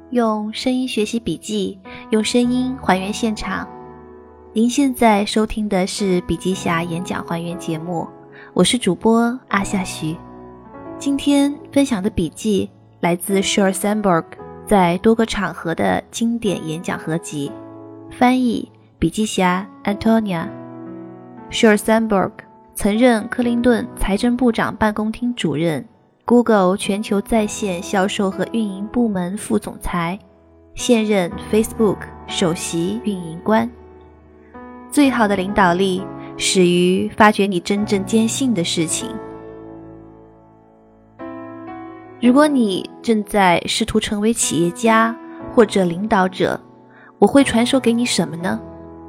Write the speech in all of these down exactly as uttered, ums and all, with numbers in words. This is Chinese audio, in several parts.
用声音学习笔记，用声音还原现场。您现在收听的是笔记侠演讲还原节目，我是主播阿夏徐。今天分享的笔记来自 Sheryl Sandberg 在多个场合的经典演讲合集，翻译笔记侠 Antonia。Sheryl Sandberg 曾任克林顿财政部长办公厅主任， Google 全球在线销售和运营部门副总裁，现任 Facebook 首席运营官。最好的领导力始于发掘你真正坚信的事情。如果你正在试图成为企业家或者领导者，我会传授给你什么呢？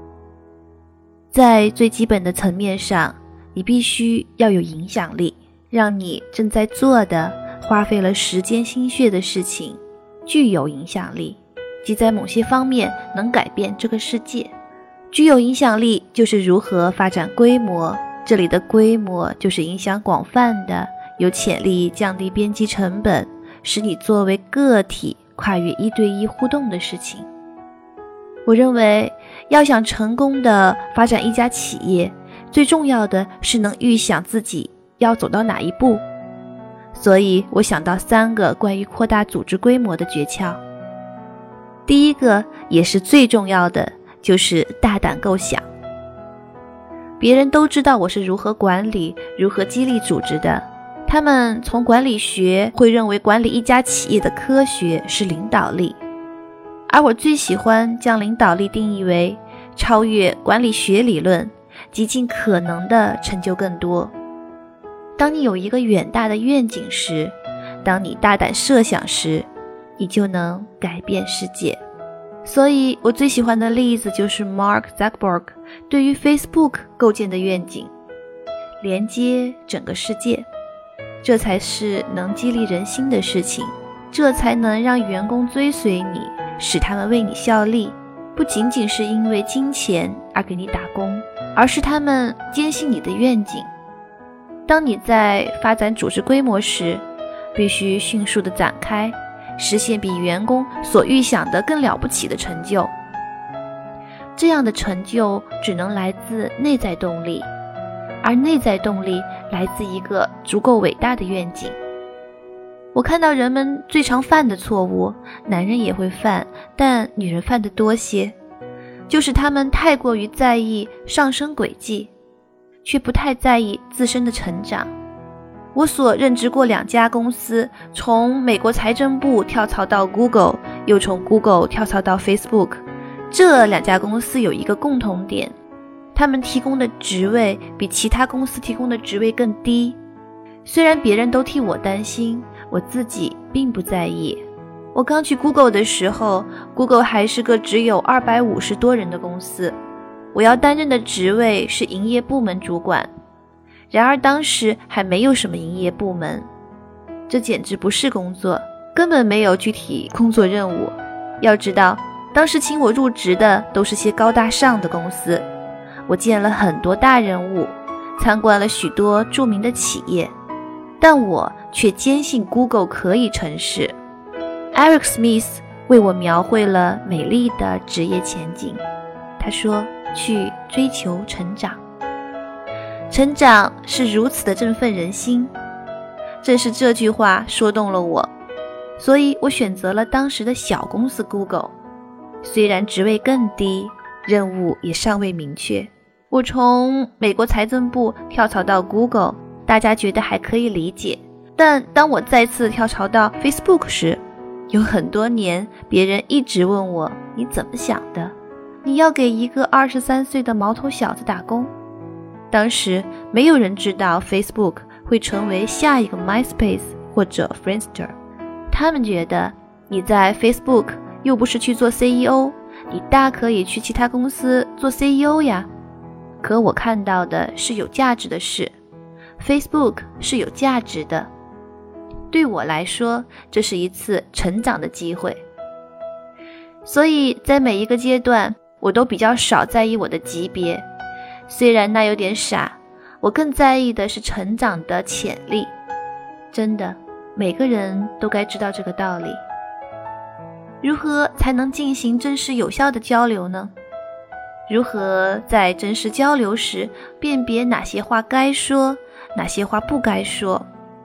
在最基本的层面上，你必须要有影响力，让你正在做的花费了时间心血的事情具有影响力，即在某些方面能改变这个世界。具有影响力就是如何发展规模，这里的规模就是影响广泛的，有潜力降低边际成本，使你作为个体跨越一对一互动的事情。我认为要想成功的发展一家企业，最重要的是能预想自己要走到哪一步。所以我想到三个关于扩大组织规模的诀窍。第一个也是最重要的，就是大胆构想。别人都知道我是如何管理、如何激励组织的，他们从管理学会认为管理一家企业的科学是领导力，而我最喜欢将领导力定义为超越管理学理论，极尽可能的成就更多。当你有一个远大的愿景时，当你大胆设想时，你就能改变世界。所以我最喜欢的例子就是 Mark Zuckerberg 对于 Facebook 构建的愿景，连接整个世界。这才是能激励人心的事情，这才能让员工追随你，使他们为你效力，不仅仅是因为金钱而给你打工，而是他们坚信你的愿景。当你在发展组织规模时，必须迅速地展开，实现比员工所预想的更了不起的成就。这样的成就只能来自内在动力，而内在动力来自一个足够伟大的愿景。我看到人们最常犯的错误，男人也会犯，但女人犯得多些，就是他们太过于在意上升轨迹，却不太在意自身的成长。我所任职过两家公司，从美国财政部跳槽到 Google， 又从 Google 跳槽到 Facebook。 这两家公司有一个共同点，他们提供的职位比其他公司提供的职位更低。虽然别人都替我担心，我自己并不在意。我刚去 Google 的时候， Google 还是个只有二百五十多人的公司，我要担任的职位是营业部门主管。然而当时还没有什么营业部门，这简直不是工作，根本没有具体工作任务。要知道，当时请我入职的都是些高大上的公司，我见了很多大人物，参观了许多著名的企业，但我却坚信 Google 可以成事。 Eric Smith 为我描绘了美丽的职业前景。他说，去追求成长。成长是如此的振奋人心，正是这句话说动了我，所以我选择了当时的小公司 Google。 虽然职位更低，任务也尚未明确，我从美国财政部跳槽到 Google， 大家觉得还可以理解。但当我再次跳槽到 Facebook 时，有很多年别人一直问我，你怎么想的？你要给一个二十三岁的毛头小子打工？当时没有人知道 Facebook 会成为下一个 MySpace 或者 Friendster， 他们觉得你在 Facebook 又不是去做 C E O， 你大可以去其他公司做 C E O 呀。可我看到的是有价值的事， Facebook 是有价值的。对我来说，这是一次成长的机会。所以在每一个阶段，我都比较少在意我的级别，虽然那有点傻，我更在意的是成长的潜力。真的，每个人都该知道这个道理。 如何才能进行真实有效的交流呢？如何在真实交流时辨别哪些话该说，哪些话不该说？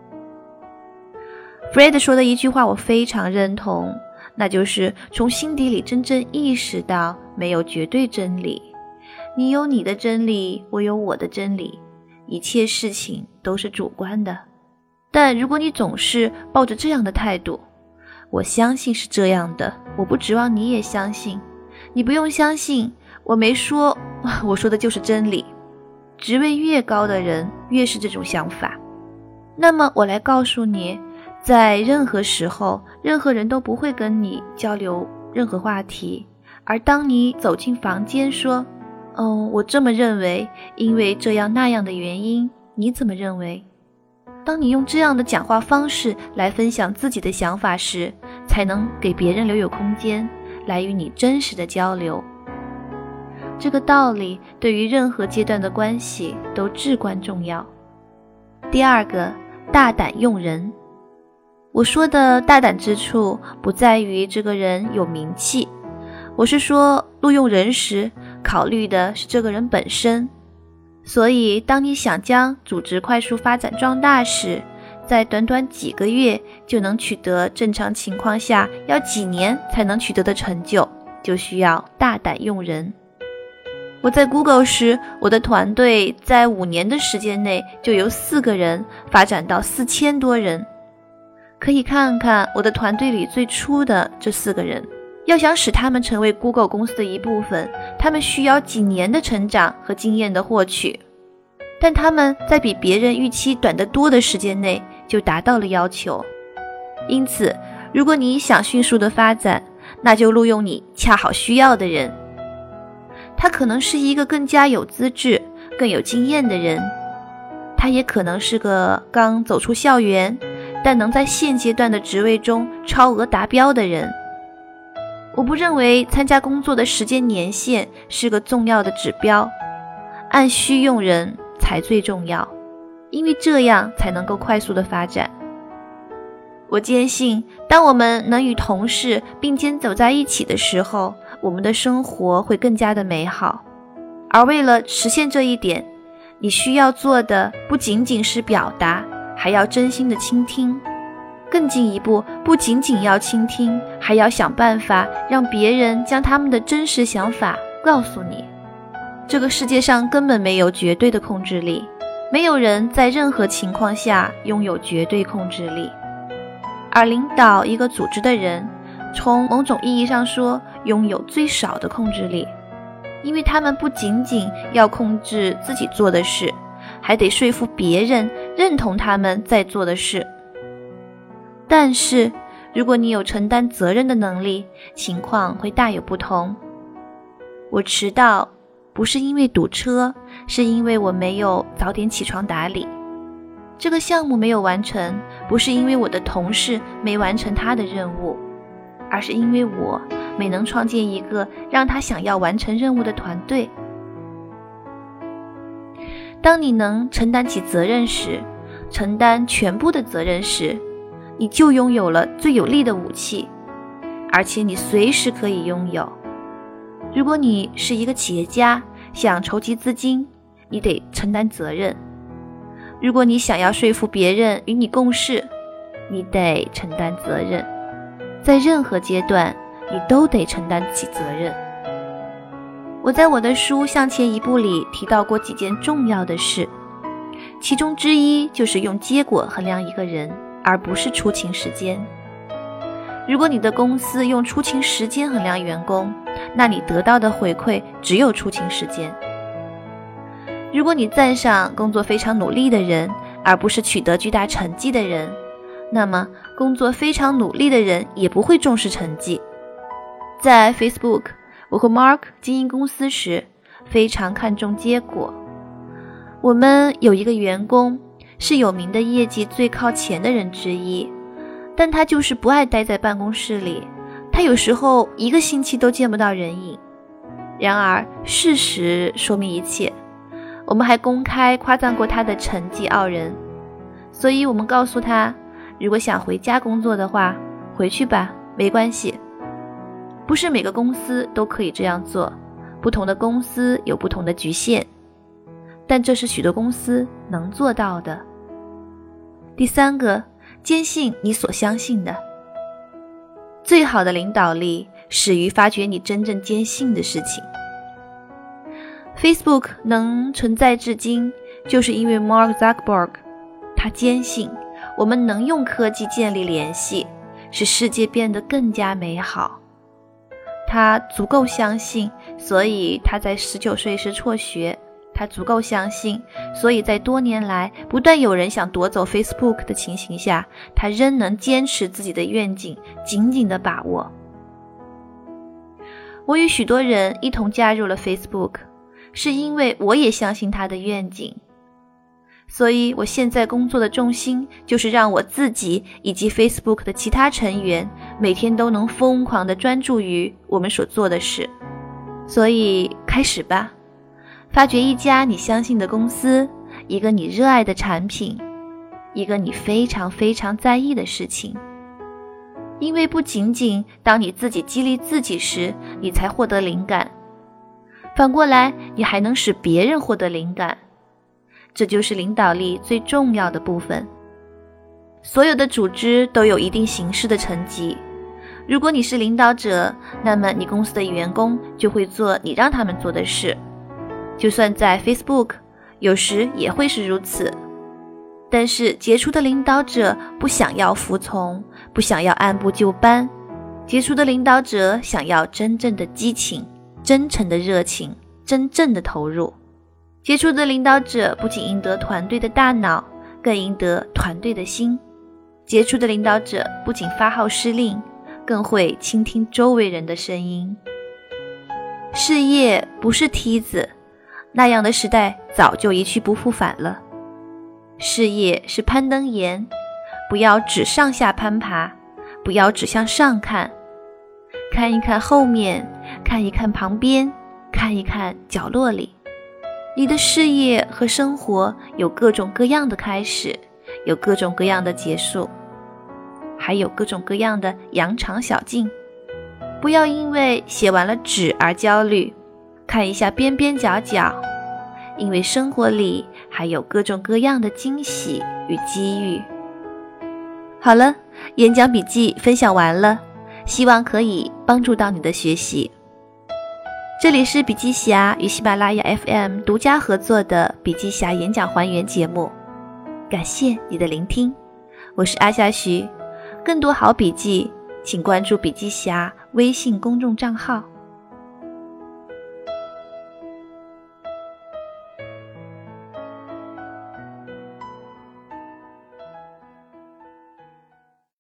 Fred 说的一句话我非常认同，那就是从心底里真正意识到没有绝对真理，你有你的真理，我有我的真理，一切事情都是主观的。但如果你总是抱着这样的态度，我相信是这样的，我不指望你也相信，你不用相信，我没说，我说的就是真理。职位越高的人越是这种想法。那么我来告诉你，在任何时候，任何人都不会跟你交流任何话题，而当你走进房间说，嗯，我这么认为，因为这样那样的原因，你怎么认为？当你用这样的讲话方式来分享自己的想法时，才能给别人留有空间，来与你真实的交流。这个道理对于任何阶段的关系都至关重要。第二个，大胆用人。我说的大胆之处不在于这个人有名气，我是说录用人时考虑的是这个人本身。所以当你想将组织快速发展壮大时，在短短几个月就能取得正常情况下要几年才能取得的成就，就需要大胆用人。我在 Google 时，我的团队在五年的时间内就由四个人发展到四千多人。可以看看我的团队里最初的这四个人，要想使他们成为 Google 公司的一部分，他们需要几年的成长和经验的获取，但他们在比别人预期短得多的时间内就达到了要求。因此，如果你想迅速的发展，那就录用你恰好需要的人。他可能是一个更加有资质、更有经验的人，他也可能是个刚走出校园，但能在现阶段的职位中超额达标的人。我不认为参加工作的时间年限是个重要的指标，按需用人才最重要，因为这样才能够快速的发展。我坚信，当我们能与同事并肩走在一起的时候，我们的生活会更加的美好。而为了实现这一点，你需要做的不仅仅是表达，还要真心的倾听。更进一步，不仅仅要倾听，还要想办法让别人将他们的真实想法告诉你。这个世界上根本没有绝对的控制力，没有人在任何情况下拥有绝对控制力。而领导一个组织的人，从某种意义上说，拥有最少的控制力，因为他们不仅仅要控制自己做的事，还得说服别人认同他们在做的事。但是，如果你有承担责任的能力，情况会大有不同。我迟到，不是因为堵车，是因为我没有早点起床打理。这个项目没有完成，不是因为我的同事没完成他的任务，而是因为我没能创建一个让他想要完成任务的团队。当你能承担起责任时，承担全部的责任时，你就拥有了最有力的武器，而且你随时可以拥有。如果你是一个企业家，想筹集资金，你得承担责任。如果你想要说服别人与你共事，你得承担责任。在任何阶段，你都得承担起责任。我在我的书《向前一步》里提到过几件重要的事，其中之一就是用结果衡量一个人，而不是出勤时间。如果你的公司用出勤时间衡量员工，那你得到的回馈只有出勤时间。如果你赞赏工作非常努力的人，而不是取得巨大成绩的人，那么工作非常努力的人也不会重视成绩。在 Facebook， 我和 Mark 经营公司时，非常看重结果。我们有一个员工，是有名的业绩最靠前的人之一，但他就是不爱待在办公室里，他有时候一个星期都见不到人影。然而事实说明一切，我们还公开夸赞过他的成绩傲人，所以我们告诉他，如果想回家工作的话，回去吧，没关系。 不是每个公司都可以这样做，不同的公司有不同的局限，但这是许多公司能做到的。第三个，坚信你所相信的。最好的领导力始于发掘你真正坚信的事情。Facebook 能存在至今，就是因为 Mark Zuckerberg， 他坚信我们能用科技建立联系，使世界变得更加美好。他足够相信，所以他在十九岁时辍学。他足够相信，所以在多年来不断有人想夺走 Facebook 的情形下，他仍能坚持自己的愿景，紧紧地把握。我与许多人一同加入了 Facebook， 是因为我也相信他的愿景。所以我现在工作的重心就是让我自己以及 Facebook 的其他成员每天都能疯狂地专注于我们所做的事。所以开始吧，发掘一家你相信的公司，一个你热爱的产品，一个你非常非常在意的事情。因为不仅仅当你自己激励自己时，你才获得灵感，反过来你还能使别人获得灵感。这就是领导力最重要的部分。所有的组织都有一定形式的层级，如果你是领导者，那么你公司的员工就会做你让他们做的事。就算在 Facebook， 有时也会是如此。但是杰出的领导者不想要服从，不想要按部就班。杰出的领导者想要真正的激情，真诚的热情，真正的投入。杰出的领导者不仅赢得团队的大脑，更赢得团队的心。杰出的领导者不仅发号施令，更会倾听周围人的声音。事业不是梯子，那样的时代早就一去不复返了。事业是攀登岩，不要只上下攀爬，不要只向上看，看一看后面，看一看旁边，看一看角落里。你的事业和生活有各种各样的开始，有各种各样的结束，还有各种各样的扬长小径。不要因为写完了纸而焦虑，看一下边边角角，因为生活里还有各种各样的惊喜与机遇。好了，演讲笔记分享完了，希望可以帮助到你的学习。这里是笔记侠与喜马拉雅 F M 独家合作的笔记侠演讲还原节目，感谢你的聆听，我是阿夏徐。更多好笔记请关注笔记侠微信公众账号。